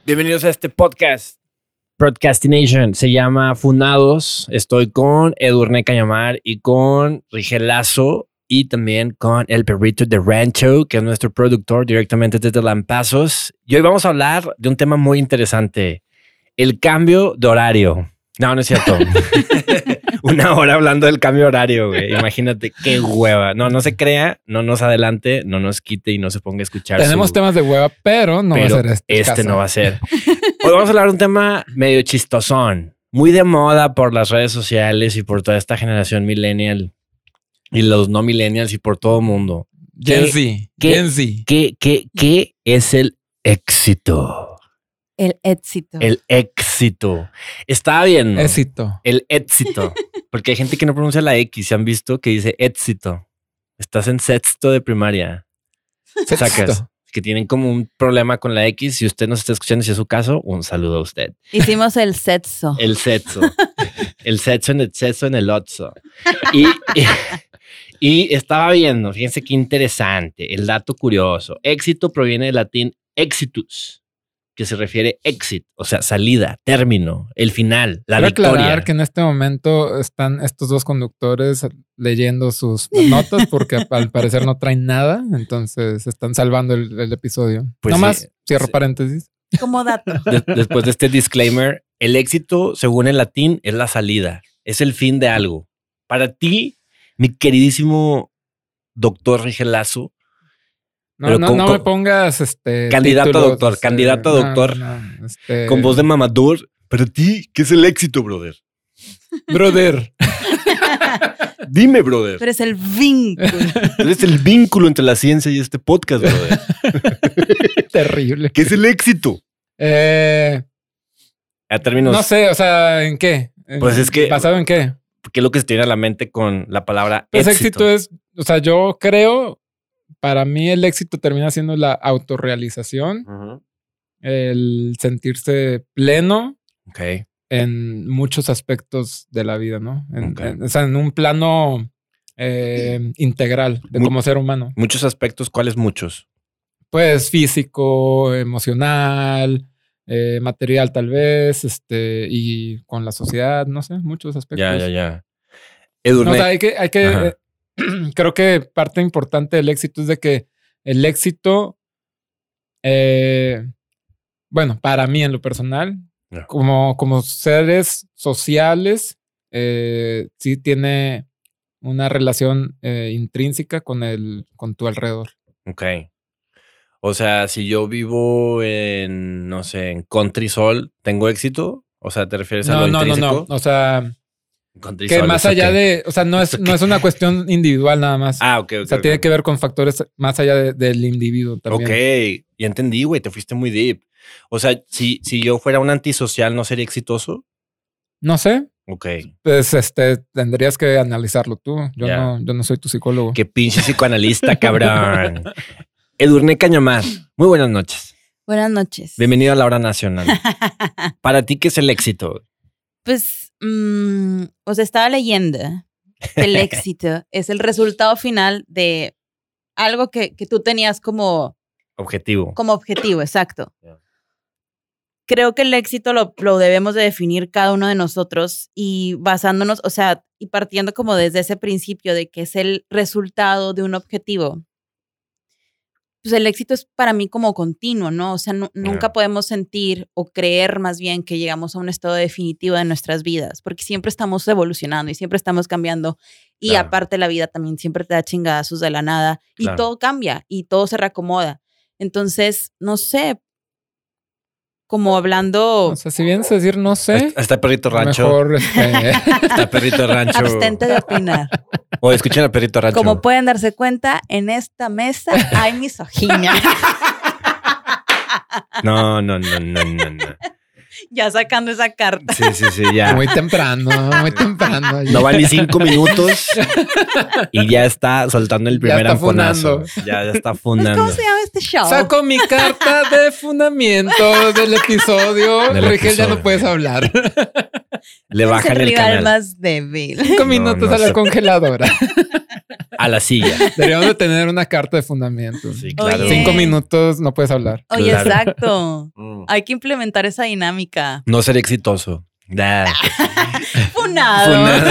Bienvenidos a este podcast. Podcastination. Se llama Funados. Estoy con Edurne Cañamar y con Rigel Lazo y también con el perrito de Rancho, que es nuestro productor directamente desde Lampazos. Y hoy vamos a hablar de un tema muy interesante. El cambio de horario. No, no es cierto. Una hora hablando del cambio de horario, güey. Imagínate qué hueva. No se crea, no nos adelante, no nos quite y no se ponga a escuchar. Tenemos temas de hueva, pero no va a ser este caso. No va a ser. Hoy vamos a hablar de un tema medio chistosón, muy de moda por las redes sociales y por toda esta generación millennial y los no millennials y por todo el mundo. Gen Z. ¿Qué es el éxito? El éxito. El éxito. Estaba viendo. Éxito. El éxito. Porque hay gente que no pronuncia la X. ¿Se han visto que dice éxito? Estás en sexto de primaria. Sacas. Que tienen como un problema con la X. Si usted nos está escuchando, si es su caso, un saludo a usted. Hicimos el sexo. El sexo. El sexo en el otso. Y estaba viendo, fíjense qué interesante, el dato curioso. Éxito proviene del latín exitus, que se refiere exit, o sea, salida, término, el final, la victoria. Quiero aclarar que en este momento están estos dos conductores leyendo sus notas porque al parecer no traen nada, entonces están salvando el episodio. Pues nomás sí, cierro paréntesis. Como dato. Después de este disclaimer, el éxito, según el latín, es la salida, es el fin de algo. Para ti, mi queridísimo doctor Rigel Lazo, No me pongas candidato títulos, a doctor, candidato a doctor, con voz de mamador. Para ti, ¿qué es el éxito, brother? Brother. Dime, brother. Tú eres el vínculo. Tú eres el vínculo entre la ciencia y este podcast, brother. Terrible. ¿Qué es el éxito? A términos. No sé, o sea, ¿en qué? Pues es que. ¿Basado en qué? ¿Qué es lo que se tiene a la mente con la palabra pues éxito? Éxito es, o sea, yo creo, para mí el éxito termina siendo la autorrealización, el sentirse pleno en muchos aspectos de la vida, ¿no? O sea, en un plano integral de como ser humano. Muchos aspectos, ¿cuáles muchos? Pues físico, emocional, material tal vez, y con la sociedad, no sé, muchos aspectos. Ya. Edurne. No, o sea, hay que creo que parte importante del éxito es de que el éxito, bueno, para mí en lo personal, como seres sociales, sí tiene una relación intrínseca con tu alrededor. Ok. O sea, si yo vivo en, no sé, en Country Sol, ¿tengo éxito? O sea, ¿te refieres a lo intrínseco? No. O sea, Country que Sol, más allá de... O sea, no es una cuestión individual nada más. Ok. O sea, tiene que ver con factores más allá del individuo también. Ok, ya entendí, güey. Te fuiste muy deep. O sea, si yo fuera un antisocial, ¿no sería exitoso? No sé. Ok. Pues tendrías que analizarlo tú. Yo no soy tu psicólogo. Qué pinche psicoanalista, cabrón. Edurne Cañamar, muy buenas noches. Buenas noches. Bienvenido a la hora nacional. ¿Para ti qué es el éxito? Pues, o sea, estaba leyendo que el éxito es el resultado final de algo que tú tenías como objetivo. Como objetivo, exacto. Yeah. Creo que el éxito lo debemos de definir cada uno de nosotros y basándonos, o sea, y partiendo como desde ese principio de que es el resultado de un objetivo. Pues el éxito es para mí como continuo, ¿no? O sea, nunca podemos sentir o creer más bien que llegamos a un estado definitivo de nuestras vidas, porque siempre estamos evolucionando y siempre estamos cambiando. Y aparte la vida también siempre te da chingadazos de la nada y todo cambia y todo se reacomoda. Entonces, no sé, como hablando... O sea, si vienes a decir no sé... Hasta Perrito Rancho. Mejor Hasta Perrito Rancho. Abstente de opinar. O escuchen a Perrito Rancho. Como pueden darse cuenta, en esta mesa hay misoginia. No. Ya sacando esa carta. Sí, ya. Muy temprano. No van ni 5 minutos y ya está soltando el primer amponazo. Ya está fundando. ¿Cómo se llama este show? Saco mi carta de fundamento del episodio. Rigel, ya no puedes hablar. Le bajan es el el rival canal. más débil. 5 minutos a la congeladora. a la silla. Deberíamos de tener una carta de fundamentos. Sí, claro. Oye. 5 minutos no puedes hablar. Oye, Claro. exacto. Hay que implementar esa dinámica. No ser exitoso. Nah. Funado.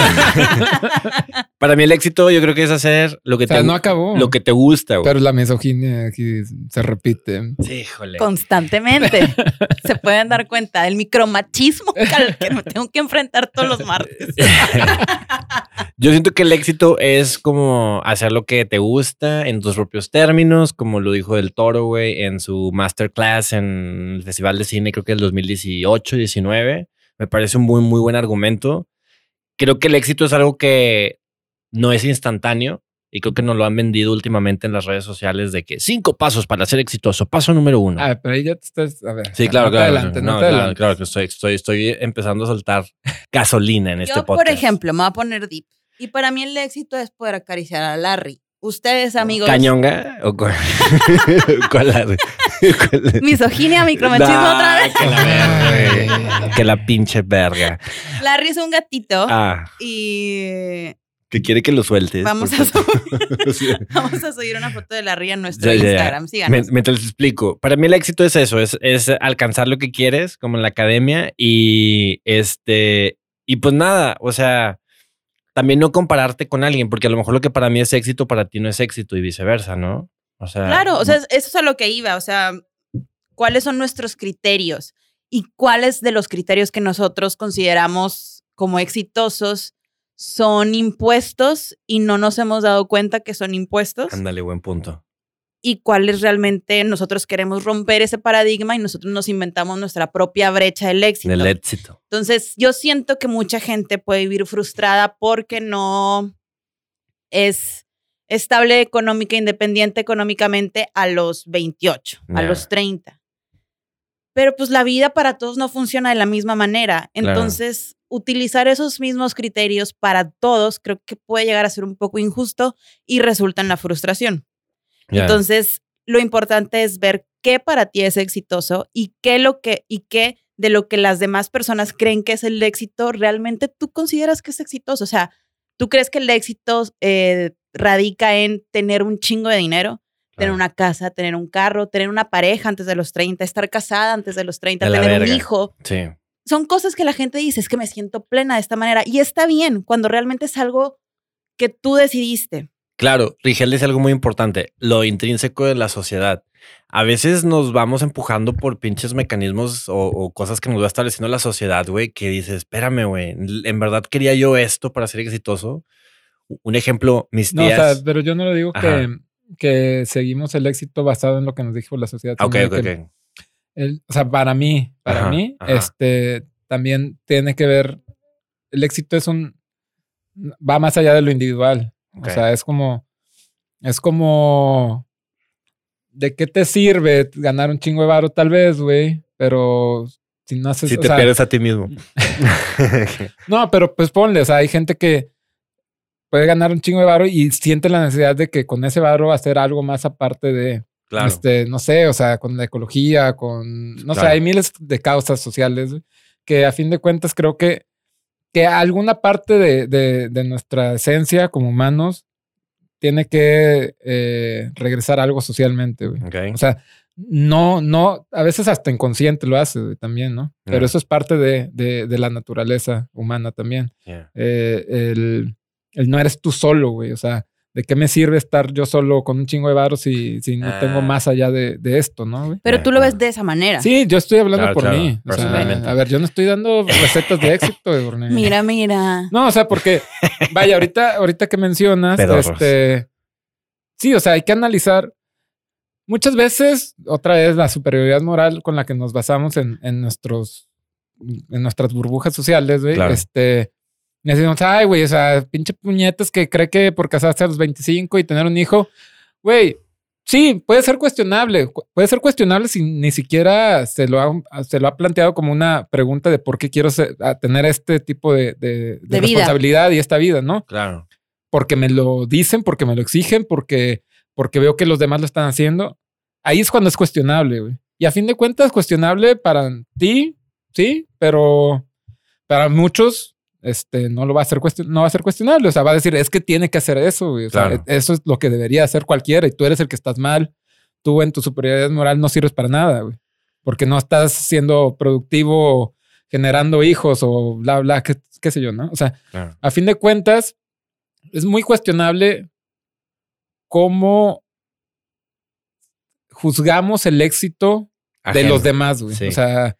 Para mí el éxito yo creo que es hacer lo que O sea, te no acabó. lo que te gusta, güey. Pero la misoginia aquí se repite. Sí, híjole. Constantemente. Se pueden dar cuenta del micromachismo al que me tengo que enfrentar todos los martes. Yo siento que el éxito es como hacer lo que te gusta en tus propios términos, como lo dijo Del Toro, güey, en su masterclass en el Festival de Cine, creo que el 2018-19. Me parece un muy, muy buen argumento. Creo que el éxito es algo que no es instantáneo y creo que nos lo han vendido últimamente en las redes sociales de que 5 pasos para ser exitoso. Paso número 1. Ah, pero ahí ya te estás... A ver. Sí, claro, no te claro. adelantes, No, no te adelantes. claro que estoy empezando a soltar gasolina en este Yo, podcast. por ejemplo, me voy a poner deep. Y para mí el éxito es poder acariciar a Larry. Ustedes, amigos. ¿Cañonga? ¿O cuál? ¿Cuál? Misoginia, micromachismo otra vez. Que la verga, güey. Que la pinche verga. Larry es un gatito. Ah, Y que quiere que lo sueltes. vamos a subir una foto de Larry en nuestro Instagram. Síganos. Mientras les explico. Para mí el éxito es eso, es alcanzar lo que quieres, como en la academia, y pues nada, o sea, también no compararte con alguien, porque a lo mejor lo que para mí es éxito, para ti no es éxito y viceversa, ¿no? O sea, Claro, o sea, eso es a lo que iba. O sea, ¿cuáles son nuestros criterios? Y cuáles de los criterios que nosotros consideramos como exitosos son impuestos y no nos hemos dado cuenta que son impuestos. Ándale, buen punto. Y cuáles realmente nosotros queremos romper ese paradigma y nosotros nos inventamos nuestra propia brecha del éxito. Del éxito. Entonces, yo siento que mucha gente puede vivir frustrada porque no es estable económica, independiente económicamente a los 28, a Ya. los 30. Pero pues la vida para todos no funciona de la misma manera. Entonces, utilizar esos mismos criterios para todos creo que puede llegar a ser un poco injusto y resulta en la frustración. Ya. Entonces, lo importante es ver qué para ti es exitoso y qué de lo que las demás personas creen que es el éxito, realmente tú consideras que es exitoso. O sea, ¿tú crees que el éxito radica en tener un chingo de dinero? Tener una casa, tener un carro, tener una pareja antes de los 30, estar casada antes de los 30, De la tener un verga. hijo. Sí. Son cosas que la gente dice, es que me siento plena de esta manera. Y está bien cuando realmente es algo que tú decidiste. Claro, Rigel dice algo muy importante, lo intrínseco de la sociedad. A veces nos vamos empujando por pinches mecanismos o cosas que nos va estableciendo la sociedad, güey, que dices, espérame, güey, ¿en verdad quería yo esto para ser exitoso? Un ejemplo, mis No, o tías... sea, pero yo no le digo Ajá. que seguimos el éxito basado en lo que nos dijo la sociedad. Ok, sino ok, que ok. o sea, para mí, Ajá, ajá. también tiene que ver, el éxito va más allá de lo individual. Ok. O sea, es como, ¿de qué te sirve ganar un chingo de varo tal vez, güey? Pero si no haces... Si o te sea, pierdes a ti mismo. no, pero pues ponle, o sea, hay gente que puede ganar un chingo de varo y siente la necesidad de que con ese varo hacer algo más aparte de, Claro. no sé, o sea, con la ecología, no sé, Claro. hay miles de causas sociales que a fin de cuentas creo que alguna parte de nuestra esencia como humanos tiene que regresar a algo socialmente, güey. Ok. O sea, no, a veces hasta inconsciente lo hace, güey, también, ¿no? Pero Yeah. eso es parte de la naturaleza humana también. Yeah. El no eres tú solo, güey. O sea, ¿de qué me sirve estar yo solo con un chingo de varos si no tengo más allá de esto, no, güey? Pero tú lo ves de esa manera. Sí, yo estoy hablando Claro, por claro, mí. O sea, personalmente. a ver, yo no estoy dando recetas de éxito, güey. Mira, mira. No, o sea, porque, vaya, ahorita que mencionas, Pedorros. sí, o sea, hay que analizar muchas veces, otra vez, la superioridad moral con la que nos basamos en nuestras burbujas sociales, güey. Claro. Decimos, ay, güey, o sea, pinche puñetas que cree que por casarse a los 25 y tener un hijo, güey, sí, puede ser cuestionable. Puede ser cuestionable si ni siquiera se lo ha planteado como una pregunta de por qué quiero tener este tipo de vida. responsabilidad y esta vida, ¿no? Claro. Porque me lo dicen, porque me lo exigen, porque veo que los demás lo están haciendo. Ahí es cuando es cuestionable, güey. Y a fin de cuentas, cuestionable para ti, sí, pero para muchos no va a ser cuestionable. O sea, va a decir, es que tiene que hacer eso, güey. O sea, eso es lo que debería hacer cualquiera y tú eres el que estás mal. Tú en tu superioridad moral no sirves para nada, güey. Porque no estás siendo productivo, generando hijos o bla, bla, qué sé yo, ¿no? O sea, a fin de cuentas, es muy cuestionable cómo juzgamos el éxito de los demás, güey. Sí. O sea,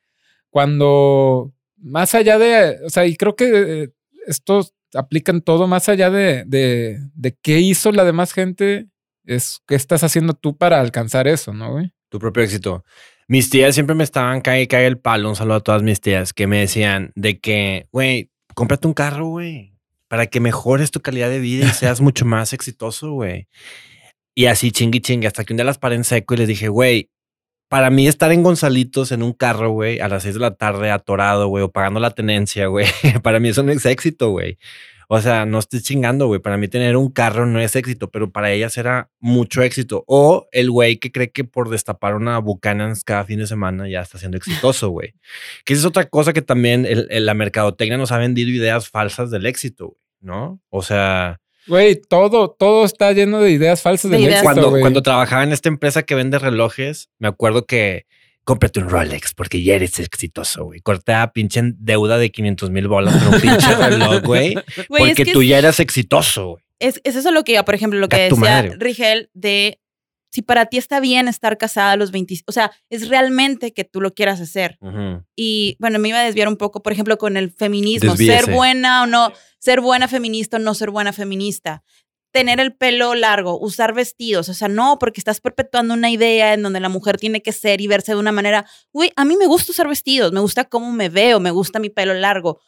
cuando más allá de, o sea, y creo que esto aplica en todo, más allá de qué hizo la demás gente, es qué estás haciendo tú para alcanzar eso, ¿no, güey? Tu propio éxito. Mis tías siempre me estaban cae el palo. Un saludo a todas mis tías que me decían de que, güey, cómprate un carro, güey, para que mejores tu calidad de vida y seas mucho más exitoso, güey. Y así chingue, hasta que un día las paré en seco y les dije, güey, para mí estar en Gonzalitos en un carro, güey, a las 6 de la tarde atorado, güey, o pagando la tenencia, güey, para mí eso no es éxito, güey. O sea, no estoy chingando, güey. Para mí tener un carro no es éxito, pero para ellas era mucho éxito. O el güey que cree que por destapar una Buchanan's cada fin de semana ya está siendo exitoso, güey. Que esa es otra cosa que también la mercadotecnia nos ha vendido ideas falsas del éxito, güey, ¿no? O sea... Güey, todo está lleno de ideas falsas del éxito, Cuando trabajaba en esta empresa que vende relojes, me acuerdo que cómprate un Rolex porque ya eres exitoso, güey. Corta pinche deuda de 500,000 bolas por un pinche reloj, güey. Porque tú ya eras exitoso, güey. Es eso lo que, por ejemplo, lo que decía Rigel de si para ti está bien estar casada a los 20, o sea, es realmente que tú lo quieras hacer. Y bueno, me iba a desviar un poco, por ejemplo, con el feminismo. Desvíese. Ser buena o no, ser buena feminista o no ser buena feminista. Tener el pelo largo, usar vestidos, o sea, no, porque estás perpetuando una idea en donde la mujer tiene que ser y verse de una manera, güey, a mí me gusta usar vestidos, me gusta cómo me veo, me gusta mi pelo largo.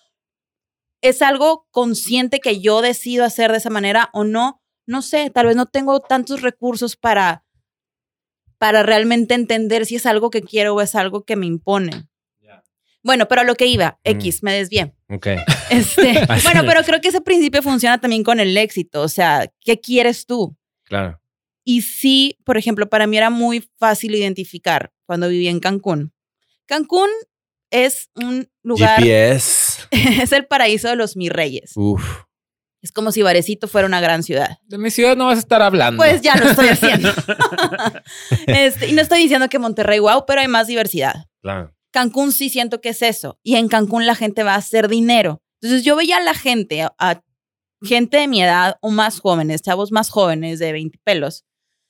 ¿Es algo consciente que yo decido hacer de esa manera o no? No sé, tal vez no tengo tantos recursos para realmente entender si es algo que quiero o es algo que me impone. Bueno, pero a lo que iba, me desvié. Ok. Bueno, pero creo que ese principio funciona también con el éxito. O sea, ¿qué quieres tú? Claro. Y sí, por ejemplo, para mí era muy fácil identificar cuando vivía en Cancún. Cancún es un lugar... GPS. Es el paraíso de los mis reyes. Uf. Es como si Varecito fuera una gran ciudad. De mi ciudad no vas a estar hablando. Pues ya lo estoy haciendo. Y no estoy diciendo que Monterrey, wow, pero hay más diversidad. Claro. Cancún sí siento que es eso. Y en Cancún la gente va a hacer dinero. Entonces yo veía a la gente, a gente de mi edad o más jóvenes, chavos más jóvenes de 20 pelos,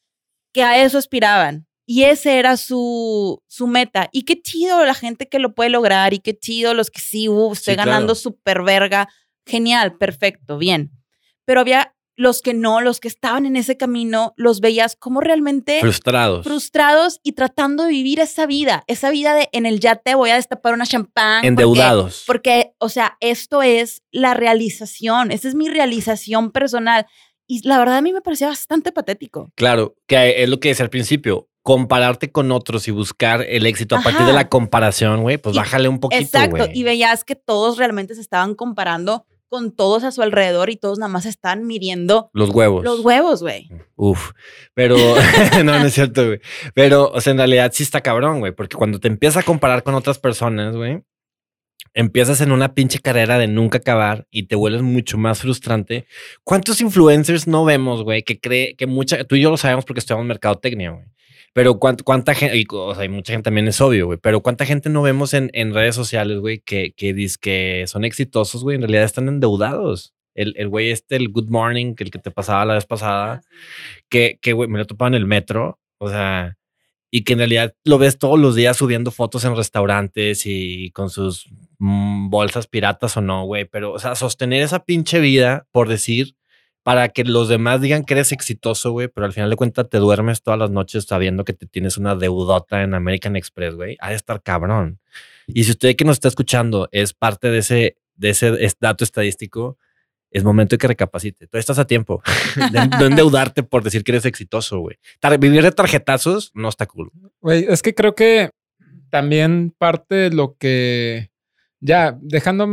que a eso aspiraban. Y ese era su meta. Y qué chido la gente que lo puede lograr y qué chido los que sí, estoy ganando súper verga. Genial, perfecto, bien. Pero había los que no, los que estaban en ese camino, los veías como realmente frustrados y tratando de vivir esa vida de en el yate voy a destapar una champán. Endeudados. Porque, o sea, esto es la realización, esa es mi realización personal. Y la verdad a mí me parecía bastante patético. Claro, que es lo que decía al principio. Compararte con otros y buscar el éxito a partir de la comparación, güey, pues bájale un poquito, güey. Exacto, y veías que todos realmente se estaban comparando con todos a su alrededor y todos nada más están midiendo los huevos. Los huevos, güey. Uf, pero no es cierto, güey. Pero, o sea, en realidad sí está cabrón, güey, porque cuando te empiezas a comparar con otras personas, güey, empiezas en una pinche carrera de nunca acabar y te vuelves mucho más frustrante. ¿Cuántos influencers no vemos, güey, que cree que tú y yo lo sabemos porque estudiamos mercadotecnia, güey? Pero cuánta gente, o sea, hay mucha gente también es obvio, güey, pero cuánta gente no vemos en redes sociales, güey, que dice que son exitosos, güey, en realidad están endeudados. El güey el Good Morning, el que te pasaba la vez pasada, que güey, me lo topaba en el metro, o sea, y que en realidad lo ves todos los días subiendo fotos en restaurantes y con sus bolsas piratas o no, güey, pero, o sea, sostener esa pinche vida por decir... para que los demás digan que eres exitoso, güey, pero al final de cuentas te duermes todas las noches sabiendo que te tienes una deudota en American Express, güey. Ha de estar cabrón. Y si usted que nos está escuchando es parte de ese dato estadístico, es momento de que recapacite. Todavía estás a tiempo de endeudarte por decir que eres exitoso, güey. Vivir de tarjetazos no está cool. Güey, es que creo que también parte de lo que... Ya, dejando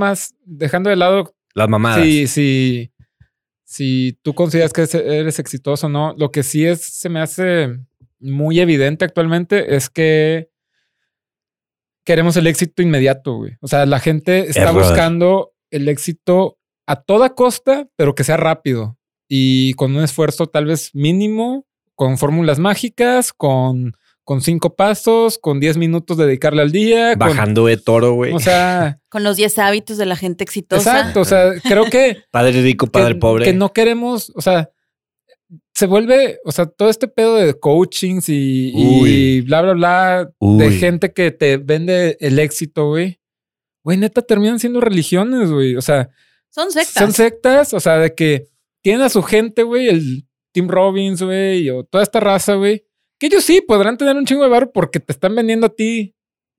de lado... Las mamadas. Sí. Si tú consideras que eres exitoso o no, lo que sí se me hace muy evidente actualmente es que queremos el éxito inmediato, güey. O sea, la gente está buscando el éxito a toda costa, pero que sea rápido y con un esfuerzo tal vez mínimo, con fórmulas mágicas, con 5 pasos, con 10 minutos de dedicarle al día. Bajando de toro, güey. O sea... Con los 10 hábitos de la gente exitosa. Exacto, o sea, creo que... Padre rico, padre pobre. Que no queremos, o sea, se vuelve, o sea, todo este pedo de coachings y bla, bla, bla, de gente que te vende el éxito, güey. Güey, neta, terminan siendo religiones, güey. O sea... Son sectas. Son sectas, o sea, de que tienen a su gente, güey, el Tim Robbins, güey, o toda esta raza, güey. Que ellos sí podrán tener un chingo de varo porque te están vendiendo a ti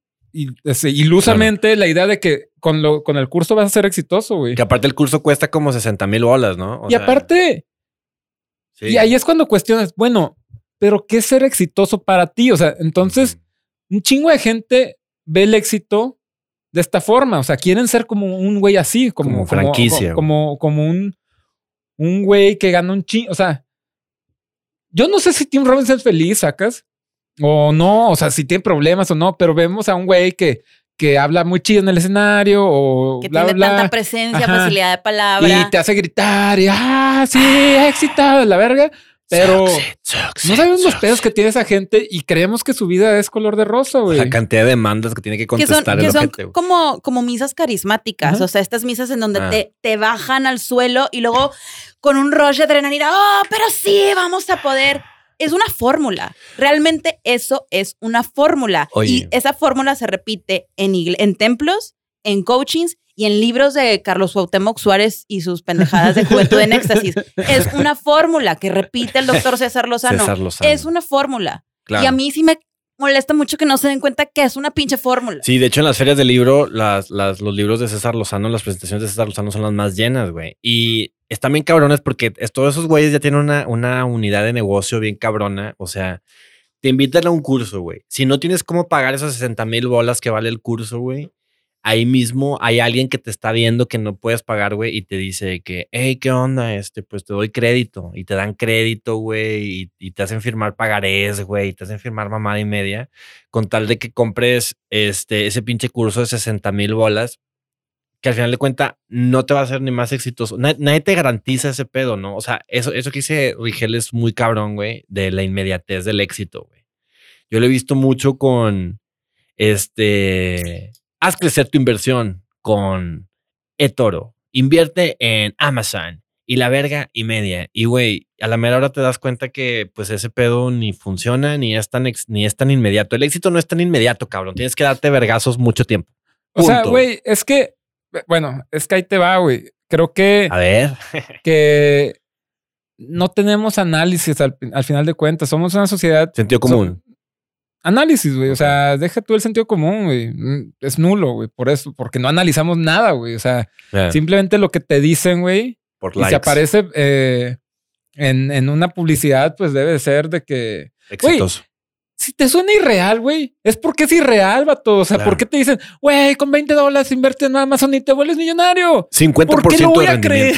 ilusamente la idea de que con el curso vas a ser exitoso, güey. Que aparte el curso cuesta como 60,000 bolas, ¿no? Y aparte, y ahí es cuando cuestionas, bueno, pero ¿qué es ser exitoso para ti? O sea, entonces un chingo de gente ve el éxito de esta forma. O sea, quieren ser como un güey así, como franquicia. Como un güey que gana un chingo. O sea, yo no sé si Tim Robbins es feliz, ¿sacas? O no, o sea, si tiene problemas o no, pero vemos a un güey que habla muy chido en el escenario o que bla, tiene bla, tanta presencia, facilidad de palabra. Y te hace gritar y sí, éxito, la verga. Pero no sabemos los pedos que tiene esa gente y creemos que su vida es color de rosa, güey. La cantidad de demandas que tiene que contestar el ojete, güey. Como misas carismáticas. O sea, estas misas en donde te bajan al suelo y luego con un rush de adrenalina, pero sí, vamos a poder. Es una fórmula. Realmente eso es una fórmula. Oye. Y esa fórmula se repite en templos, en coachings y en libros de Carlos Cuauhtémoc Suárez y sus pendejadas de Juventud en Éxtasis. Es una fórmula que repite el doctor César Lozano. Es una fórmula. Claro. Y a mí sí me molesta mucho que no se den cuenta que es una pinche fórmula. Sí, de hecho en las ferias del libro, los libros de César Lozano, las presentaciones de César Lozano son las más llenas, güey. Y están bien cabrones porque todos esos güeyes ya tienen una unidad de negocio bien cabrona. O sea, te invitan a un curso, güey. Si no tienes cómo pagar esas 60,000 bolas que vale el curso, güey, ahí mismo hay alguien que te está viendo que no puedes pagar, güey, y te dice que, hey, ¿qué onda? Pues te doy crédito. Y te dan crédito, güey, y te hacen firmar pagarés, güey, y te hacen firmar mamada y media, con tal de que compres ese pinche curso de 60,000 bolas, que al final de cuentas no te va a hacer ni más exitoso. Nadie te garantiza ese pedo, ¿no? O sea, eso que dice Rigel es muy cabrón, güey, de la inmediatez del éxito, güey. Yo lo he visto mucho con haz crecer tu inversión con eToro. Invierte en Amazon y la verga y media. Y güey, a la mera hora te das cuenta que pues ese pedo ni funciona ni es tan inmediato. El éxito no es tan inmediato, cabrón. Tienes que darte vergazos mucho tiempo. Punto. O sea, güey, es que ahí te va, güey. Creo que... A ver. que no tenemos análisis al final de cuentas. Somos una sociedad... Sentido común. Análisis, güey. O sea, deja tú el sentido común, güey. Es nulo, güey. Por eso, porque no analizamos nada, güey. O sea, simplemente lo que te dicen, güey. Por likes. Y si aparece en una publicidad, pues debe ser de que... Exitoso. Wey, si te suena irreal, güey, es porque es irreal, vato. O sea, claro. ¿Por qué te dicen, güey, con $20 invierte en Amazon y te vuelves millonario? 50% ¿Por qué lo voy a creer?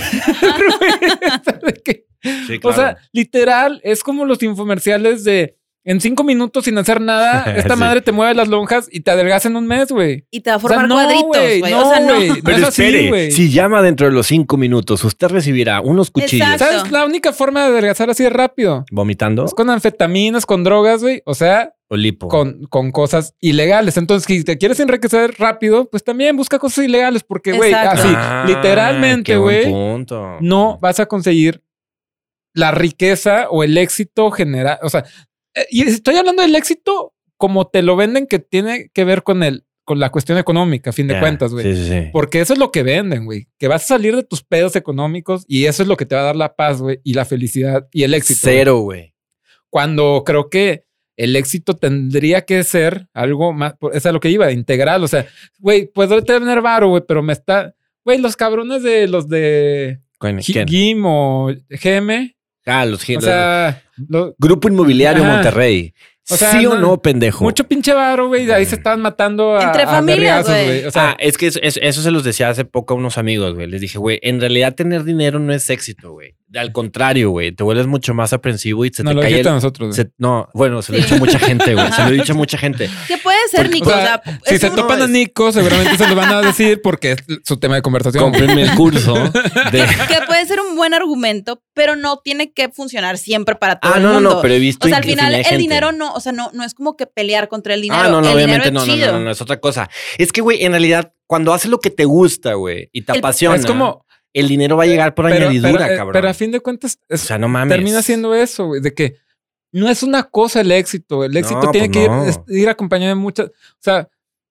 Sí, claro. O sea, literal, es como los infomerciales de... En 5 minutos sin hacer nada, esta madre te mueve las lonjas y te adelgaza en un mes, güey. Y te va a formar cuadritos, güey. No, o sea, no. Pero espere, así, si llama dentro de los 5 minutos, usted recibirá unos cuchillos. Exacto. ¿Sabes? La única forma de adelgazar así de rápido. ¿Vomitando? Es con anfetaminas, con drogas, güey. O sea, o lipo. Con cosas ilegales. Entonces, si te quieres enriquecer rápido, pues también busca cosas ilegales. Porque, güey, así, literalmente, güey, no vas a conseguir la riqueza o el éxito general. O sea, y estoy hablando del éxito como te lo venden, que tiene que ver con la cuestión económica, a fin de cuentas, güey. Sí. Porque eso es lo que venden, güey. Que vas a salir de tus pedos económicos y eso es lo que te va a dar la paz, güey, y la felicidad y el éxito. Cero, güey. Cuando creo que el éxito tendría que ser algo más, es a lo que iba, integral. O sea, güey, puedo tener varo, güey, pero me está... Güey, los cabrones de los de GIM o GM... los GIM. O sea... Grupo Inmobiliario Monterrey. O sea, ¿sí o no, pendejo? Mucho pinche varo, güey. Ahí se estaban matando entre familias, güey. O sea, es que eso se los decía hace poco a unos amigos, güey. Les dije, güey, en realidad tener dinero no es éxito, güey. Al contrario, güey. Te vuelves mucho más aprensivo y se te cae a nosotros. Se lo he dicho a mucha gente, güey. Se lo he dicho a mucha gente. ¿Qué puede ser, Nico? O sea, si se topan a Nico, seguramente se lo van a decir porque es su tema de conversación. Cómprenme el curso. Que puede ser un buen argumento, pero no tiene que funcionar siempre para todo el mundo. No, pero he visto. O sea, al final el dinero no, o sea, no es como que pelear contra el dinero. Obviamente no, es otra cosa. Es que, güey, en realidad, cuando haces lo que te gusta, güey, y te apasiona. Es como... El dinero va a llegar por añadidura, cabrón. Pero a fin de cuentas, o sea, no mames. Termina siendo eso, güey, de que no es una cosa el éxito. El éxito tiene que ir acompañado de muchas... O sea,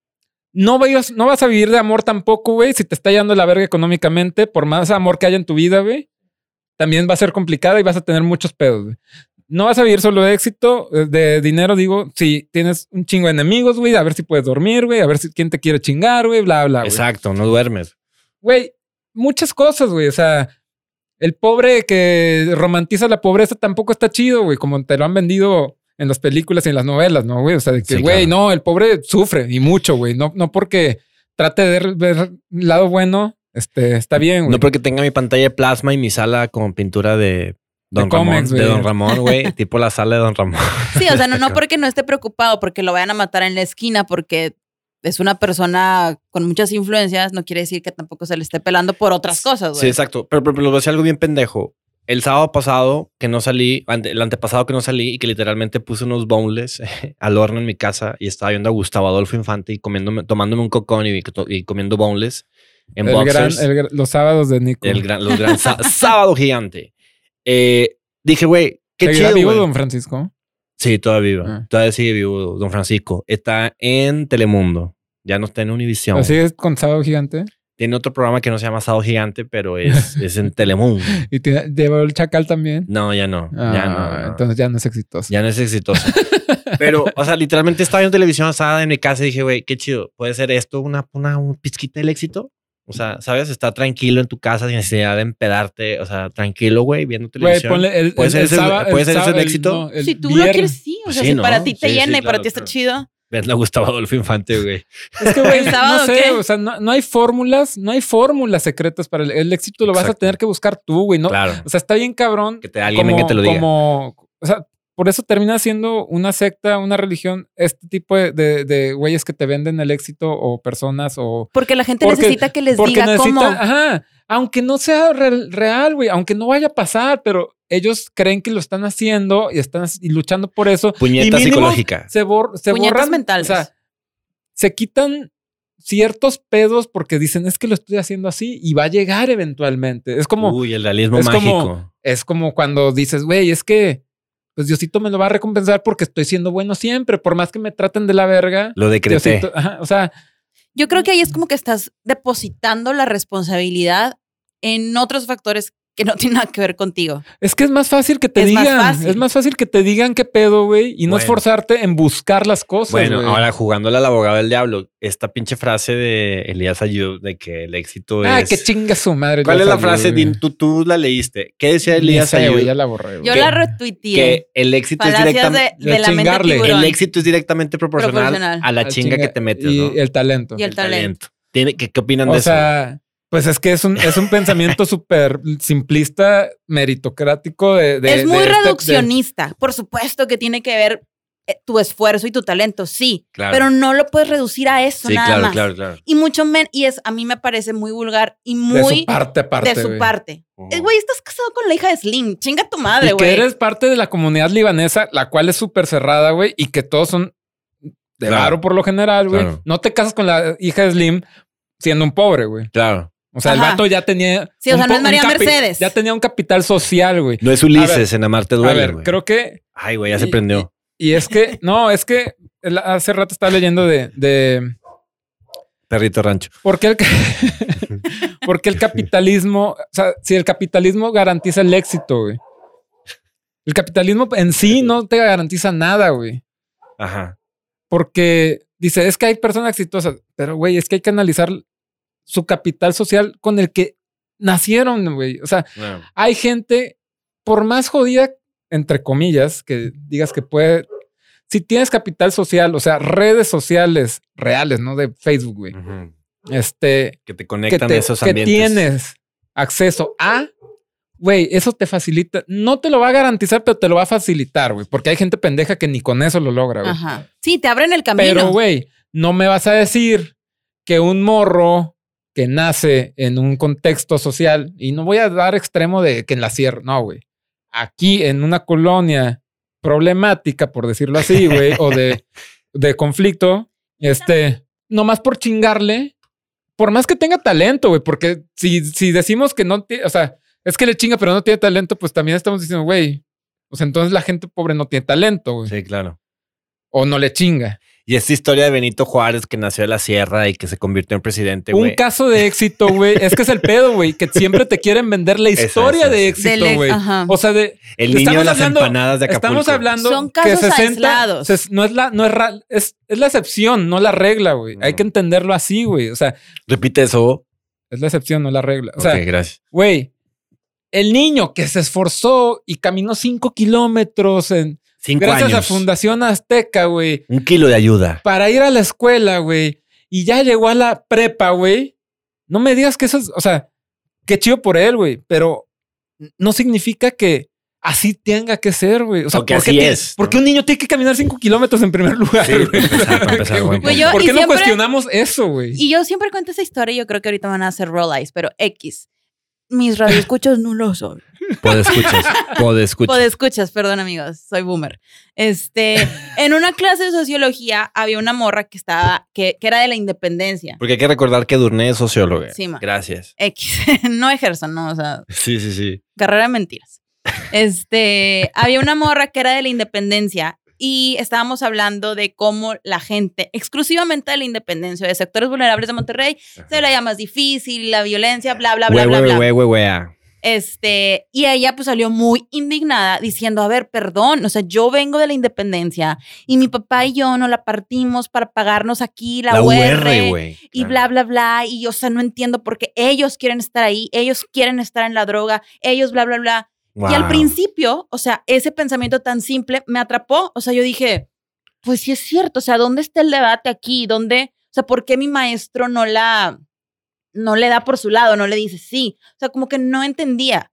no vas a vivir de amor tampoco, güey, si te está yendo la verga económicamente. Por más amor que haya en tu vida, güey, también va a ser complicada y vas a tener muchos pedos, güey. No vas a vivir solo de éxito, de dinero, digo, si tienes un chingo de enemigos, güey, a ver si puedes dormir, güey, a ver quién te quiere chingar, güey, bla, bla, güey. Exacto, no duermes. Güey, muchas cosas, güey. O sea, el pobre que romantiza la pobreza tampoco está chido, güey. Como te lo han vendido en las películas y en las novelas, ¿no, güey? O sea, de que, güey, no, el pobre sufre y mucho, güey. No porque trate de ver el lado bueno, está bien, güey. No porque tenga mi pantalla de plasma y mi sala con pintura de Don Ramón, güey. Tipo la sala de Don Ramón. Sí, o sea, no porque no esté preocupado, porque lo vayan a matar en la esquina, porque... es una persona con muchas influencias, no quiere decir que tampoco se le esté pelando por otras cosas, güey. Sí, exacto. Pero lo voy a decir algo bien pendejo. El sábado pasado que no salí, el antepasado que no salí y que literalmente puse unos boneless al horno en mi casa y estaba viendo a Gustavo Adolfo Infante y tomándome un cocón y comiendo boneless en boxers. Los sábados de Nico. Los gran sábado gigante. Dije, güey, qué chido, vivo Don Francisco? Sí, todavía vivo. Todavía sigue vivo Don Francisco. Está en Telemundo. Ya no está en Univisión. ¿Así es con Sábado Gigante? Tiene otro programa que no se llama Sábado Gigante, pero es en Telemundo. ¿Y llevó el Chacal también? No, ya no. Ya no. Entonces ya no es exitoso. Ya no es exitoso. Pero, o sea, literalmente estaba viendo televisión asada en mi casa y dije, güey, qué chido. ¿Puede ser esto un pizquita del éxito? O sea, ¿sabes? Estar tranquilo en tu casa sin necesidad de empedarte. O sea, tranquilo, güey, viendo televisión. Güey, ¿Puede ser ese el éxito? Si tú lo quieres, sí. O sea, si para ti te llena y para ti está chido. Verle a Gustavo Adolfo Infante, güey. Es que, güey, no sé, o sea, no hay fórmulas secretas para el éxito. Lo vas a tener que buscar tú, güey. ¿No? Claro. O sea, está bien cabrón. Que te alguien que te lo diga. O sea, por eso termina siendo una secta, una religión, este tipo de güeyes que te venden el éxito o personas o... Porque la gente necesita que les diga cómo. Ajá, aunque no sea real, güey, aunque no vaya a pasar, pero ellos creen que lo están haciendo y están luchando por eso. Puñeta psicológica. Se borran mentales. O sea, se quitan ciertos pedos porque dicen, es que lo estoy haciendo así y va a llegar eventualmente. Es como... Uy, el realismo mágico. Es como cuando dices, güey, es que pues Diosito me lo va a recompensar porque estoy siendo bueno siempre. Por más que me traten de la verga. Lo decreté. Diosito, o sea... Yo creo que ahí es como que estás depositando la responsabilidad en otros factores que no tienen nada que ver contigo. Es que es más fácil que te digan. Es más fácil que te digan qué pedo, güey. Y no esforzarte en buscar las cosas, Bueno, güey. Ahora jugándole al abogado del diablo, esta pinche frase de Elías Ayub de que el éxito es... Ah, que chinga su madre. ¿Cuál es la frase? Tú la leíste. ¿Qué decía Elías Ayub? Güey, ya la borré, güey. Yo la retuiteé. Que el éxito es directamente... de la mente tiburón. El éxito es directamente proporcional a la chinga que te metes, ¿no? Y el talento. Y el talento. ¿Qué opinan de eso? O sea... Pues es que es un pensamiento súper simplista, meritocrático. Es muy reduccionista. Por supuesto que tiene que ver tu esfuerzo y tu talento, sí. Claro. Pero no lo puedes reducir a eso nada más. Claro. Y mucho menos, a mí me parece muy vulgar y muy... De su parte aparte. De su parte. Güey, estás casado con la hija de Slim. Chinga tu madre, güey. Y que eres parte de la comunidad libanesa, la cual es súper cerrada, güey. Y que todos son de varo por lo general, güey. Claro. No te casas con la hija de Slim siendo un pobre, güey. Claro. O sea, el vato ya tenía... Sí, o sea, no es María Mercedes. Ya tenía un capital social, güey. No es Ulises en Amarte Duele, A ver, creo que... Ay, güey, ya se prendió. Y es que... No, es que hace rato estaba leyendo de... Perrito Rancho. Porque el capitalismo... O sea, si el capitalismo garantiza el éxito, güey. El capitalismo en sí no te garantiza nada, güey. Ajá. Porque dice, es que hay personas exitosas. Pero, güey, es que hay que analizar... su capital social con el que nacieron, güey. O sea, hay gente, por más jodida, entre comillas, que digas que puede... Si tienes capital social, o sea, redes sociales reales, ¿no? De Facebook, güey. Que te conectan a esos ambientes. Que tienes acceso a... güey, eso te facilita. No te lo va a garantizar, pero te lo va a facilitar, güey. Porque hay gente pendeja que ni con eso lo logra, güey. Ajá. Sí, te abren el camino. Pero, güey, no me vas a decir que un morro que nace en un contexto social, y no voy a dar extremo de que en la sierra, no, güey. Aquí en una colonia problemática, por decirlo así, güey, o de conflicto, nomás por chingarle, por más que tenga talento, güey, porque si decimos que no tiene, o sea, es que le chinga pero no tiene talento, pues también estamos diciendo, güey, o sea, entonces la gente pobre no tiene talento, güey. Sí, claro. O no le chinga. Y esta historia de Benito Juárez que nació de la sierra y que se convirtió en presidente, güey. Un caso de éxito, güey. Es que es el pedo, güey. Que siempre te quieren vender la historia de éxito, güey. O sea, el niño de las empanadas de Acapulco. Estamos hablando son casos aislados. Es la excepción, no la regla, güey. Hay que entenderlo así, güey. O sea, repite eso. Es la excepción, no la regla. O sea, gracias. Güey, el niño que se esforzó y caminó 5 kilómetros en 5 gracias años. a Fundación Azteca, güey. 1 kilo de ayuda. Para ir a la escuela, güey. Y ya llegó a la prepa, güey. No me digas que eso es... O sea, qué chido por él, güey. Pero no significa que así tenga que ser, güey. O sea, porque así es. ¿Por qué un niño tiene que caminar 5 kilómetros en primer lugar? Sí, para empezar, güey. ¿Por qué no cuestionamos eso, güey? Y yo siempre cuento esa historia y yo creo que ahorita van a hacer roll eyes, pero X. Mis radioescuchas no lo son. Podescuchas, perdón, amigos. Soy boomer. En una clase de sociología había una morra que era de la independencia. Porque hay que recordar que Edurne es socióloga. Sí, gracias. X. No ejerzo, ¿no? O sea. Sí. Carrera de mentiras. Había una morra que era de la independencia y estábamos hablando de cómo la gente, exclusivamente de la independencia, de sectores vulnerables de Monterrey, se la llama más difícil, la violencia, bla, bla, bla, bla, bla. Y ella pues salió muy indignada diciendo, a ver, perdón, o sea, yo vengo de la independencia y mi papá y yo nos la partimos para pagarnos aquí la UR, güey. Y bla, bla, bla. Y o sea, no entiendo por qué ellos quieren estar ahí, ellos quieren estar en la droga, ellos bla, bla, bla. Wow. Y al principio, o sea, ese pensamiento tan simple me atrapó. O sea, yo dije, pues sí es cierto. O sea, ¿dónde está el debate aquí? O sea, ¿por qué mi maestro no le da por su lado? No le dice sí. O sea, como que no entendía.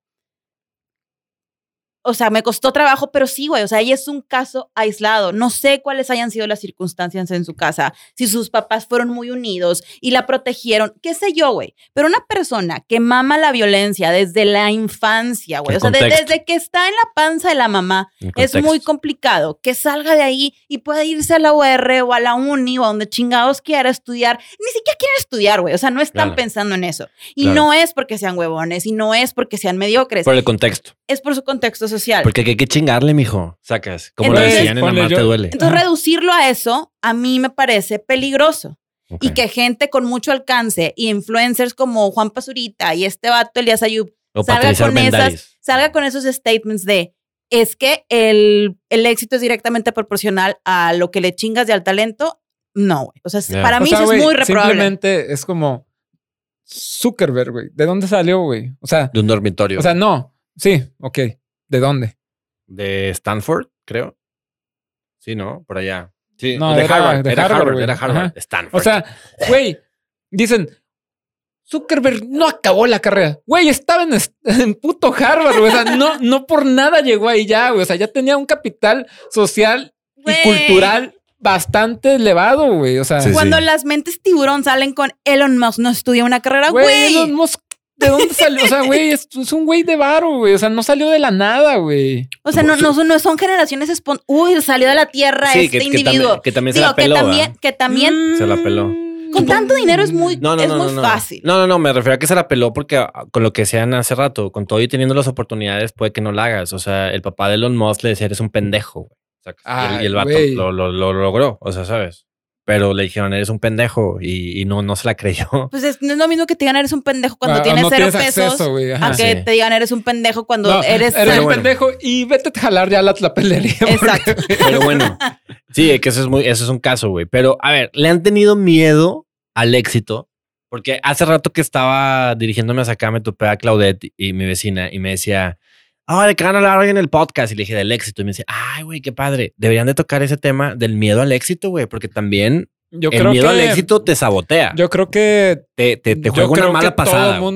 O sea, me costó trabajo, pero sí, güey. O sea, ella es un caso aislado. No sé cuáles hayan sido las circunstancias en su casa. Si sus papás fueron muy unidos y la protegieron. Qué sé yo, güey. Pero una persona que mama la violencia desde la infancia, güey. O sea, desde que está en la panza de la mamá, es muy complicado que salga de ahí y pueda irse a la UR o a la uni o a donde chingados quiera estudiar. Ni siquiera quieren estudiar, güey. O sea, no están pensando en eso. Y no es porque sean huevones y no es porque sean mediocres. Por el contexto. Es por su contexto social. Porque hay que chingarle, mijo. Sacas. Como lo decían en La Más Te Duele. Entonces, reducirlo a eso, a mí me parece peligroso. Okay. Y que gente con mucho alcance y influencers como Juan Pazurita y este vato Elías Ayub salga con esos statements de es que el éxito es directamente proporcional a lo que le chingas y al talento. No, güey. O sea, para mí eso es muy reprobable. Simplemente es como Zuckerberg, güey. ¿De dónde salió, güey? O sea, de un dormitorio. O sea, no. Sí, ok. ¿De dónde? De Stanford, creo. Sí, ¿no? Por allá. Sí, no, era Harvard. Era Harvard. Stanford. O sea, güey, dicen, Zuckerberg no acabó la carrera. Güey, estaba en puto Harvard, güey. O sea, no por nada llegó ahí ya, güey. O sea, ya tenía un capital social y cultural bastante elevado, güey. O sea, cuando las mentes tiburón salen con Elon Musk, no estudia una carrera, güey. Elon Musk, ¿de dónde salió? O sea, güey, es un güey de varo, güey. O sea, no salió de la nada, güey. O sea, no son generaciones Uy, salió de la tierra individuo. Que también se la peló. Que también se la peló. Con tanto dinero es muy fácil. No, me refiero a que se la peló porque con lo que decían hace rato, con todo y teniendo las oportunidades, puede que no la hagas. O sea, el papá de Elon Musk le decía, eres un pendejo, güey. O sea, y el vato lo logró, o sea, ¿sabes? Pero le dijeron, eres un pendejo y no se la creyó. Pues no es lo mismo que te digan, eres un pendejo cuando tienes 0 pesos. Acceso, a que te digan, eres un pendejo cuando eres un pendejo y vete a jalar ya la pelería. Exacto. Pero bueno, sí, que eso es un caso, güey. Pero a ver, ¿le han tenido miedo al éxito? Porque hace rato que estaba dirigiéndome hacia acá, me topé a Claudette y mi vecina y me decía, ¿de qué van a hablar hoy en el podcast? Y le dije, del éxito. Y me decía, ay, güey, qué padre. Deberían de tocar ese tema del miedo al éxito, güey, porque también el miedo al éxito te sabotea. Yo creo que te juega una mala pasada. Todo el mundo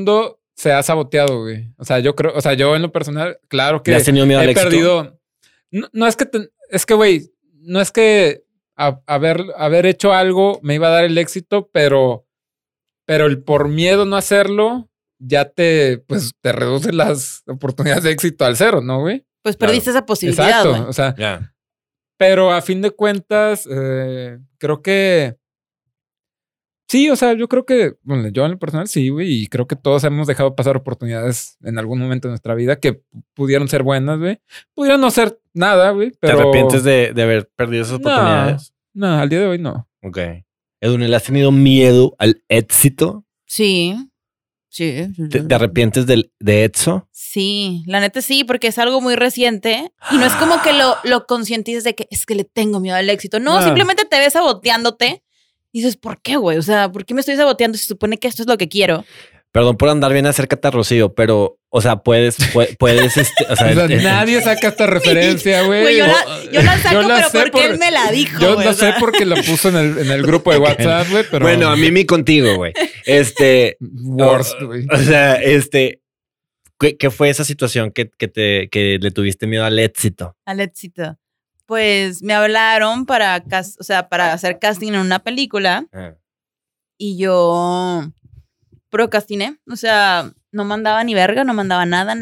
se ha saboteado, güey. O sea, yo creo, o sea, yo en lo personal, claro que ¿Le has tenido miedo al he éxito? perdido. No es que, es que, güey, no es que haber hecho algo me iba a dar el éxito, pero el por miedo no hacerlo ya te reduce las oportunidades de éxito al cero, ¿no, güey? Pues perdiste esa posibilidad, güey. Exacto, o sea, pero a fin de cuentas, creo que sí, o sea, yo creo que, bueno, yo en lo personal sí, güey, y creo que todos hemos dejado pasar oportunidades en algún momento de nuestra vida que pudieron ser buenas, güey. Pudieron no ser nada, güey, pero... ¿Te arrepientes de haber perdido esas oportunidades? No, al día de hoy no. Ok. Edwin, ¿le has tenido miedo al éxito? Sí. ¿Te arrepientes de eso? Sí, la neta sí, porque es algo muy reciente y no es como que lo concientices de que es que le tengo miedo al éxito. No, simplemente te ves saboteándote y dices, ¿por qué, güey? O sea, ¿por qué me estoy saboteando si se supone que esto es lo que quiero? Perdón por andar bien acércate a Rocío, pero, o sea, puedes o sea, nadie saca esta referencia, güey. Yo la saco, pero porque él me la dijo, yo lo sé porque lo puso en el grupo de WhatsApp, güey, pero... Bueno, a mí contigo, güey. Worst, güey. O sea, ¿qué fue esa situación que le tuviste miedo al éxito? Al éxito. Pues me hablaron para hacer casting en una película y yo procrastiné. O sea, no mandaba ni verga, no mandaba nada.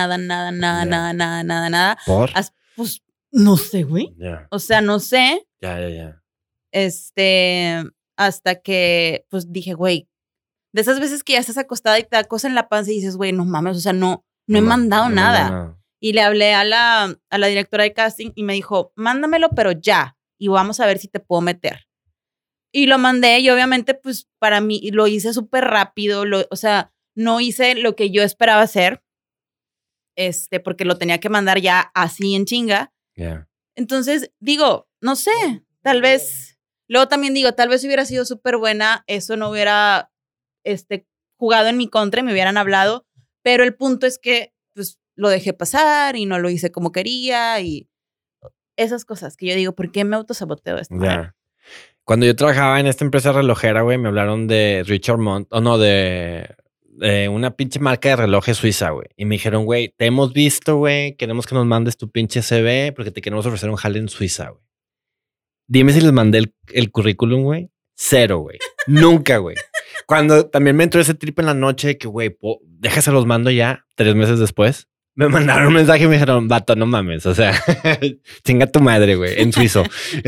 ¿Por? Pues no sé, güey. Yeah. O sea, no sé. Ya. Hasta que pues dije, güey, de esas veces que ya estás acostada y te da cosa en la panza y dices, güey, no mames, o sea, no he mandado nada. Y le hablé a la directora de casting y me dijo, mándamelo, pero ya. Y vamos a ver si te puedo meter. Y lo mandé y obviamente, pues, para mí lo hice súper rápido. O sea, no hice lo que yo esperaba hacer. Porque lo tenía que mandar ya así en chinga. Yeah. Entonces, digo, no sé, tal vez. Luego también digo, tal vez hubiera sido súper buena. Eso no hubiera jugado en mi contra y me hubieran hablado. Pero el punto es que, pues, lo dejé pasar y no lo hice como quería y esas cosas que yo digo, ¿por qué me autosaboteo esto? Yeah. Cuando yo trabajaba en esta empresa relojera, güey, me hablaron de Richard Mont, de una pinche marca de relojes suiza, güey. Y me dijeron, güey, te hemos visto, güey, queremos que nos mandes tu pinche CV porque te queremos ofrecer un jale en Suiza, güey. Dime si les mandé el currículum, güey. 0, güey. Nunca, güey. Cuando también me entró ese trip en la noche que, güey, déjase los mando ya 3 meses después. Me mandaron un mensaje y me dijeron, vato, no mames. O sea, chinga tu madre, güey, en suizo.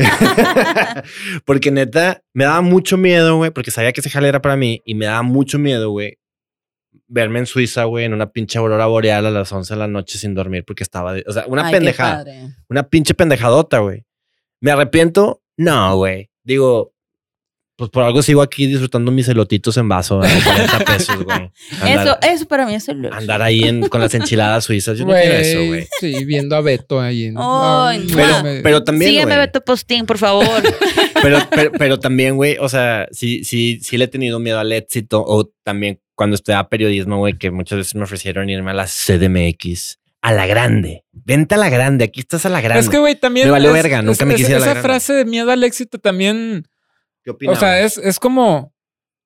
Porque neta, me daba mucho miedo, güey, porque sabía que ese jale era para mí y me daba mucho miedo, güey, verme en Suiza, güey, en una pinche aurora boreal a las 11 de la noche sin dormir porque estaba... o sea, una pendejada. Una pinche pendejadota, güey. ¿Me arrepiento? No, güey. Digo... Pues por algo sigo aquí disfrutando mis elotitos en vaso a 40 pesos, güey. Eso para mí es el lujo. Andar ahí con las enchiladas suizas. Yo no quiero eso, güey. Sí, viendo a Beto ahí. Pero también, sígueme, Beto Postín, por favor. pero también, güey, o sea, sí le he tenido miedo al éxito. O también cuando estudiaba periodismo, güey, que muchas veces me ofrecieron irme a la CDMX. A la grande. Vente a la grande. Aquí estás a la grande. Es que, güey, también... Me valió verga. Nunca me quise a la grande. Esa frase de miedo al éxito también... ¿Qué opinas? O sea, es como...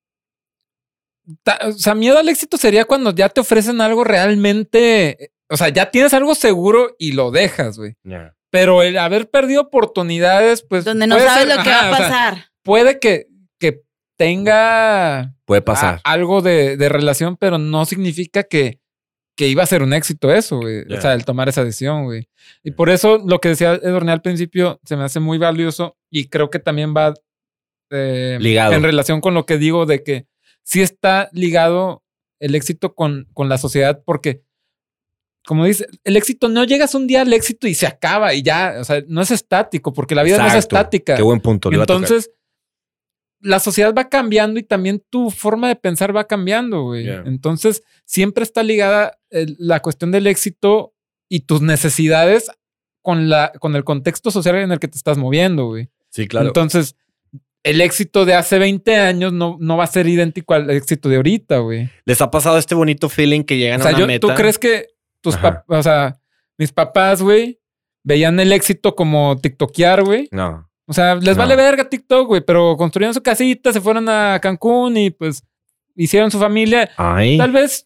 O sea, miedo al éxito sería cuando ya te ofrecen algo realmente... O sea, ya tienes algo seguro y lo dejas, güey. Yeah. Pero el haber perdido oportunidades, pues... Donde no sabes lo que va a pasar. O sea, puede que tenga... Puede pasar. Algo de relación, pero no significa que iba a ser un éxito eso, güey. Yeah. O sea, el tomar esa decisión, güey. Y por eso lo que decía Edurne al principio se me hace muy valioso y creo que también va... ligado. En relación con lo que digo de que sí está ligado el éxito con la sociedad porque como dice, el éxito no llegas un día al éxito y se acaba y ya, o sea, no es estático porque la vida no es estática. Qué buen punto. Entonces, la sociedad va cambiando y también tu forma de pensar va cambiando, güey. Yeah. Entonces, siempre está ligada la cuestión del éxito y tus necesidades con el contexto social en el que te estás moviendo, güey. Sí, claro. Entonces, el éxito de hace 20 años no va a ser idéntico al éxito de ahorita, güey. ¿Les ha pasado este bonito feeling que llegan a una meta? ¿Tú crees que o sea, mis papás, güey, veían el éxito como tiktokear, güey? No. O sea, les vale verga TikTok, güey, pero construyeron su casita, se fueron a Cancún y pues hicieron su familia. Ay. Tal vez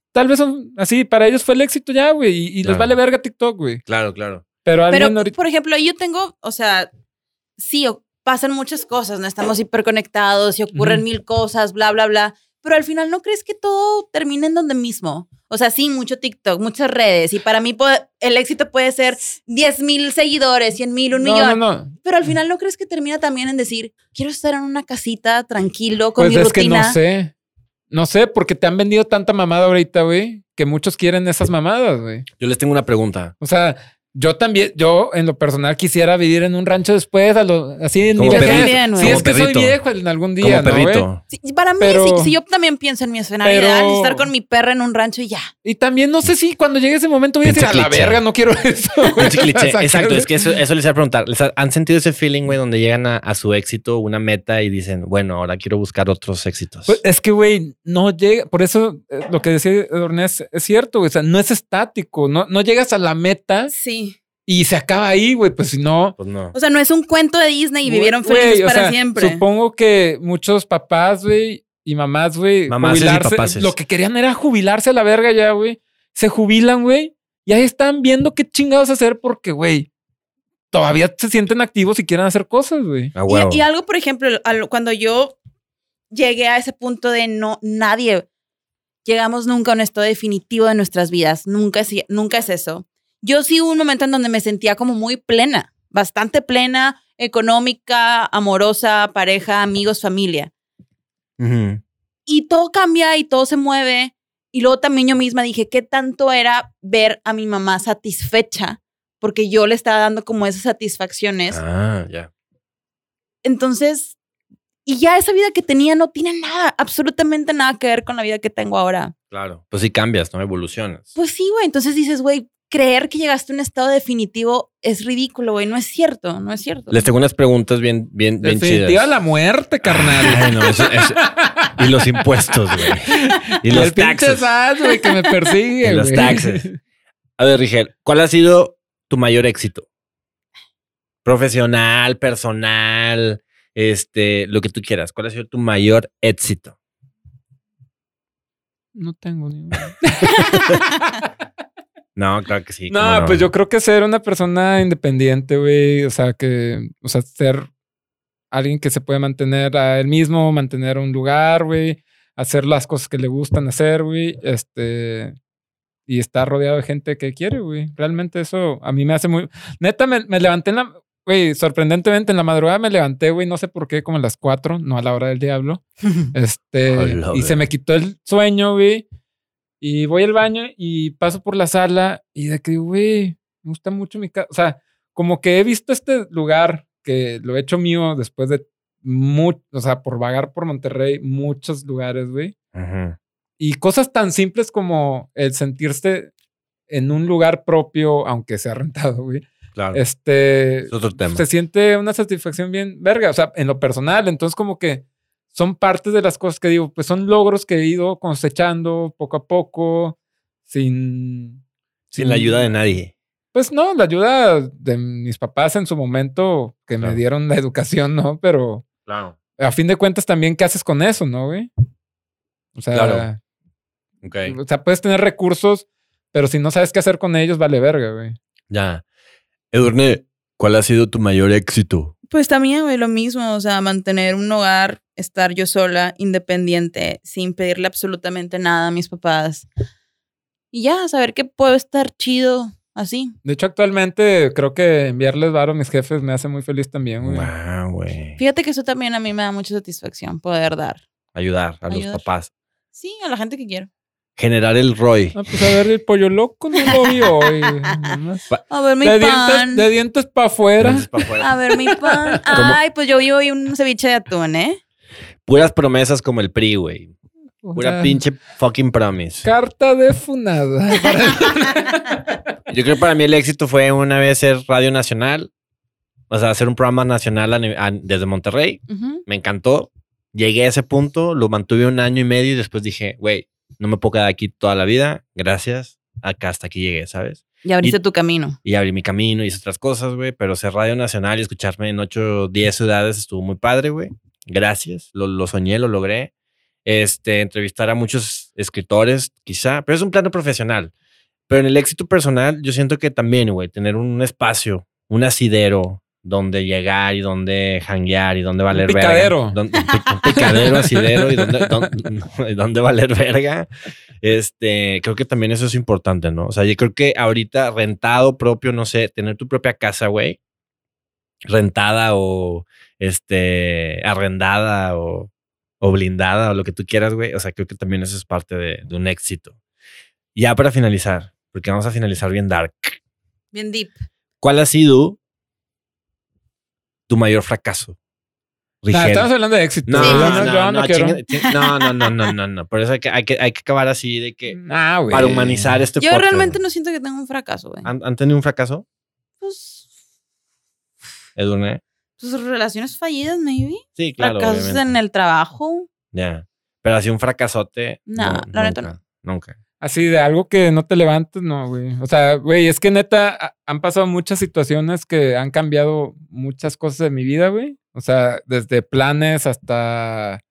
tal vez son así, para ellos fue el éxito ya, güey, y les vale verga TikTok, güey. Claro. Pero por ejemplo, yo tengo, o sea, sí, pasan muchas cosas, ¿no? Estamos hiperconectados y ocurren mil cosas, bla, bla, bla. Pero al final, ¿no crees que todo termina en donde mismo? O sea, sí, mucho TikTok, muchas redes. Y para mí el éxito puede ser 10,000 seguidores, 100,000, 1,000,000. No. Pero al final, ¿no crees que termina también en decir, quiero estar en una casita tranquilo con mi Pues es rutina? que no sé, porque te han vendido tanta mamada ahorita, güey, que muchos quieren esas mamadas, güey. Yo les tengo una pregunta. O sea, yo en lo personal quisiera vivir en un rancho después, así en mi Como vejez. perrito. Si es que Como soy perrito. viejo en algún día, Como ¿no, güey? perrito. Sí, para mí, Pero- sí, yo también pienso en mi escenario ideal, estar con mi perra en un rancho y ya. Y también no sé si cuando llegue ese momento voy a decir, Pinche a la cliché. verga, no quiero eso, güey. Pinche cliché. O sea, Exacto, es que eso les iba a preguntar. ¿Han sentido ese feeling, güey, donde llegan a su éxito, una meta y dicen, bueno, ahora quiero buscar otros éxitos? Pues es que, güey, no llega. Por eso lo que decía Ernest es cierto, güey. O sea, no es estático. No llegas a la meta Sí. y se acaba ahí, güey. Pues si no. Pues no. O sea, no es un cuento de Disney y vivieron Güey, felices o para sea, siempre. Supongo que muchos papás, güey, y mamás, güey, Mamases y papaces. lo que querían era jubilarse a la verga ya, güey. Se jubilan, güey. Y ahí están viendo qué chingados hacer porque, güey, todavía se sienten activos y quieren hacer cosas, güey. A huevo. Y algo, por ejemplo, cuando yo llegué a ese punto de nadie llegamos nunca a un estado definitivo de nuestras vidas. Nunca es eso. Yo sí hubo un momento en donde me sentía como muy plena, bastante plena, económica, amorosa, pareja, amigos, familia. Ujú. Y todo cambia y todo se mueve. Y luego también yo misma dije, ¿qué tanto era ver a mi mamá satisfecha? Porque yo le estaba dando como esas satisfacciones. Ah, ya. Entonces, y ya esa vida que tenía no tiene nada, absolutamente nada que ver con la vida que tengo ahora. Claro. Pues sí cambias, ¿no? Evolucionas. Pues sí, güey. Entonces dices, güey, creer que llegaste a un estado definitivo es ridículo, güey. No es cierto, no es cierto. Les tengo unas preguntas bien Definitiva chidas. la muerte, carnal. Ay, no, eso. Y los impuestos, güey. Y los el pinche taxes. SAT, güey, que me persigue, Y los güey. taxes. A ver, Rigel, ¿cuál ha sido tu mayor éxito? Profesional, personal, lo que tú quieras. ¿Cuál ha sido tu mayor éxito? No tengo ni uno. No, claro que sí. ¿cómo No, pues yo creo que ser una persona independiente, güey. O sea, ser alguien que se puede mantener a él mismo, mantener un lugar, güey. Hacer las cosas que le gustan hacer, güey. Y estar rodeado de gente que quiere, güey. Realmente eso a mí me hace muy... Neta, me levanté güey, sorprendentemente en la madrugada me levanté, güey, no sé por qué, como a las 4, no a la hora del diablo. Hola, Y se me quitó el sueño, güey. Y voy al baño y paso por la sala y de que, güey, me gusta mucho mi casa. O sea, como que he visto este lugar que lo he hecho mío después de o sea, por vagar por Monterrey, muchos lugares, güey. Ujú. Y cosas tan simples como el sentirse en un lugar propio, aunque sea rentado, güey. Claro. Es otro tema. Se siente una satisfacción bien verga, o sea, en lo personal. Entonces, como que son partes de las cosas que digo, pues son logros que he ido cosechando poco a poco, sin Sin la ayuda de nadie. Pues no, la ayuda de mis papás en su momento que Claro. me dieron la educación, ¿no? Pero Claro. a fin de cuentas también, ¿qué haces con eso, no, güey? O sea, Claro. Ok. o sea, puedes tener recursos, pero si no sabes qué hacer con ellos, vale verga, güey. Ya. Edurne, ¿cuál ha sido tu mayor éxito? Pues también, güey, lo mismo. O sea, mantener un hogar, estar yo sola, independiente, sin pedirle absolutamente nada a mis papás. Y ya, saber que puedo estar chido así. De hecho, actualmente creo que enviarles varo a mis jefes me hace muy feliz también, güey. Wow, güey. Fíjate que eso también a mí me da mucha satisfacción, poder dar. Ayudar a los Ayudar. papás. Sí, a la gente que quiero. Generar el ROI. Ah, pues a ver, el pollo loco no lo vi hoy. Nomás. A ver mi De pan. dientes para afuera. Entonces, para afuera. A ver mi pan. Ay, pues yo vi hoy un ceviche de atún, ¿eh? Puras promesas como el PRI, güey. O Pura sea, pinche fucking promise. carta de funada. Yo creo que para mí el éxito fue una vez ser Radio Nacional. O sea, hacer un programa nacional desde Monterrey. Ujú. Me encantó. Llegué a ese punto, lo mantuve 1 año y medio y después dije, güey, no me puedo quedar aquí toda la vida. Gracias. Acá hasta aquí llegué, ¿sabes? Y abriste tu camino. Y abrí mi camino y hice otras cosas, güey. Pero ser Radio Nacional y escucharme en 8 o 10 ciudades estuvo muy padre, güey. Gracias. Lo soñé, lo logré. entrevistar a muchos escritores, quizá, pero es un plano profesional. Pero en el éxito personal, yo siento que también, güey, tener un espacio, un asidero donde llegar y donde janguear y donde valer verga. Un picadero, asidero y donde valer verga. Creo que también eso es importante, ¿no? O sea, yo creo que ahorita rentado propio, no sé, tener tu propia casa, güey, rentada o arrendada o blindada o lo que tú quieras, güey. O sea, creo que también eso es parte de un éxito. Ya para finalizar, porque vamos a finalizar bien dark. Bien deep. ¿Cuál ha sido tu mayor fracaso? Estamos hablando de éxito. No, sí, no quiero. No. Por eso hay que acabar así de que para humanizar este podcast. Yo realmente no siento que tenga un fracaso, güey. ¿Han tenido un fracaso? Pues... Edurne. Pues relaciones fallidas, maybe. Sí, claro. Fracasos obviamente. en el trabajo. Ya. Pero así un fracasote. No, la neta no. Nunca. Así de algo que no te levantes, no, güey. O sea, güey, es que neta han pasado muchas situaciones que han cambiado muchas cosas de mi vida, güey. O sea, desde planes hasta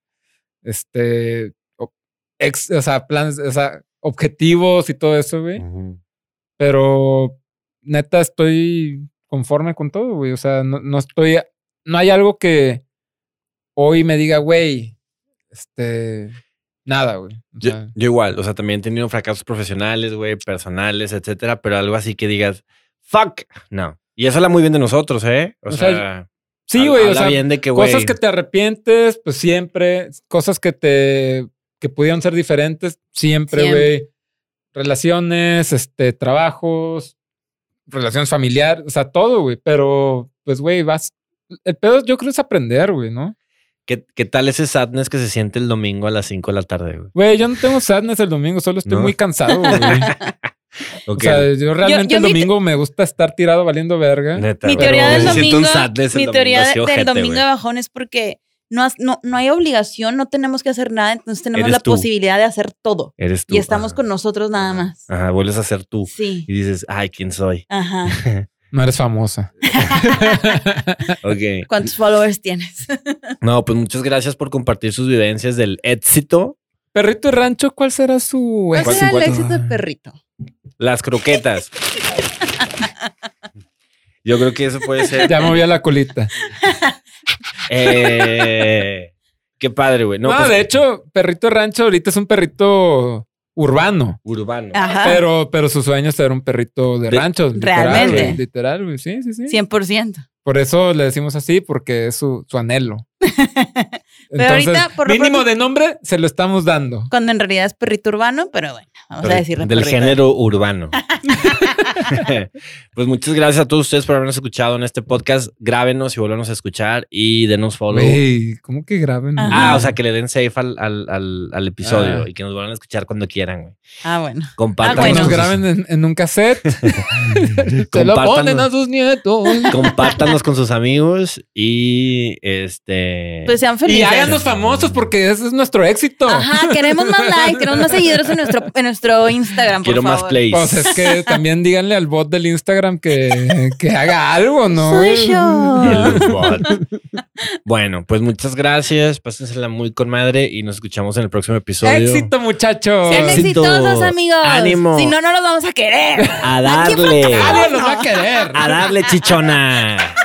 planes, o sea, objetivos y todo eso, güey. Uh-huh. Pero neta estoy conforme con todo, güey. O sea, no hay algo que hoy me diga, güey, nada, güey. Yo igual, o sea, también he tenido fracasos profesionales, güey, personales, etcétera, pero algo así que digas, fuck, no. Y eso habla muy bien de nosotros, ¿eh? O sea sí, güey, o sea, bien de que, cosas que te arrepientes, pues siempre, cosas que pudieron ser diferentes, siempre, güey. Relaciones, trabajos, relaciones familiares, o sea, todo, güey. Pero, pues, güey, el pedo yo creo es aprender, güey, ¿no? ¿Qué tal ese sadness que se siente el domingo a las 5 de la tarde, güey? Güey, yo no tengo sadness el domingo, solo estoy muy cansado, güey. Okay. O sea, yo realmente el domingo me gusta estar tirado valiendo verga. Neta, mi teoría del domingo, del domingo de bajón es porque no hay obligación, no tenemos que hacer nada, entonces tenemos la posibilidad de hacer todo. Eres tú. Y estamos con nosotros nada más. Ajá, vuelves a ser tú. Sí. Y dices, ay, ¿quién soy? Ajá. No eres famosa. Ok. ¿Cuántos followers tienes? No, pues muchas gracias por compartir sus vivencias del éxito. Perrito de rancho, ¿cuál será su éxito? ¿Cuál será el éxito de Perrito? Las croquetas. Yo creo que eso puede ser. Ya moví a la colita. Qué padre, güey. No, pues, de hecho, Perrito de rancho ahorita es un perrito urbano. Ajá. Pero su sueño es ser un perrito de rancho. Realmente. Literal, güey. Sí. 100%. Por eso le decimos así, porque es su anhelo. Pero entonces, ahorita, por mínimo de nombre, se lo estamos dando. Cuando en realidad es perrito urbano, pero bueno, vamos a decirle del perrito. Género urbano. Pues muchas gracias a todos ustedes por habernos escuchado en este podcast. Grábenos y volvemos a escuchar y denos follow. Wey, ¿cómo que graben? O sea, que le den save al episodio y que nos vuelvan a escuchar cuando quieran, güey. Bueno. Compartan. Nos graben en un cassette. Se lo ponen a sus nietos. Compártanos con sus amigos y pues sean felices. Y háganos famosos porque ese es nuestro éxito. Ajá, queremos más likes, queremos más seguidores en nuestro Instagram, por favor. Quiero más plays. Pues es que también díganle al bot del Instagram que haga algo, ¿no? Soy yo. El bot. Bueno, pues muchas gracias. Pásensela muy con madre y nos escuchamos en el próximo episodio. ¡Éxito, muchachos! ¡Sean exitosos, amigos! ¡Ánimo! Si no, no los vamos a querer. A darle. Nadie los va a querer. A darle, chichona.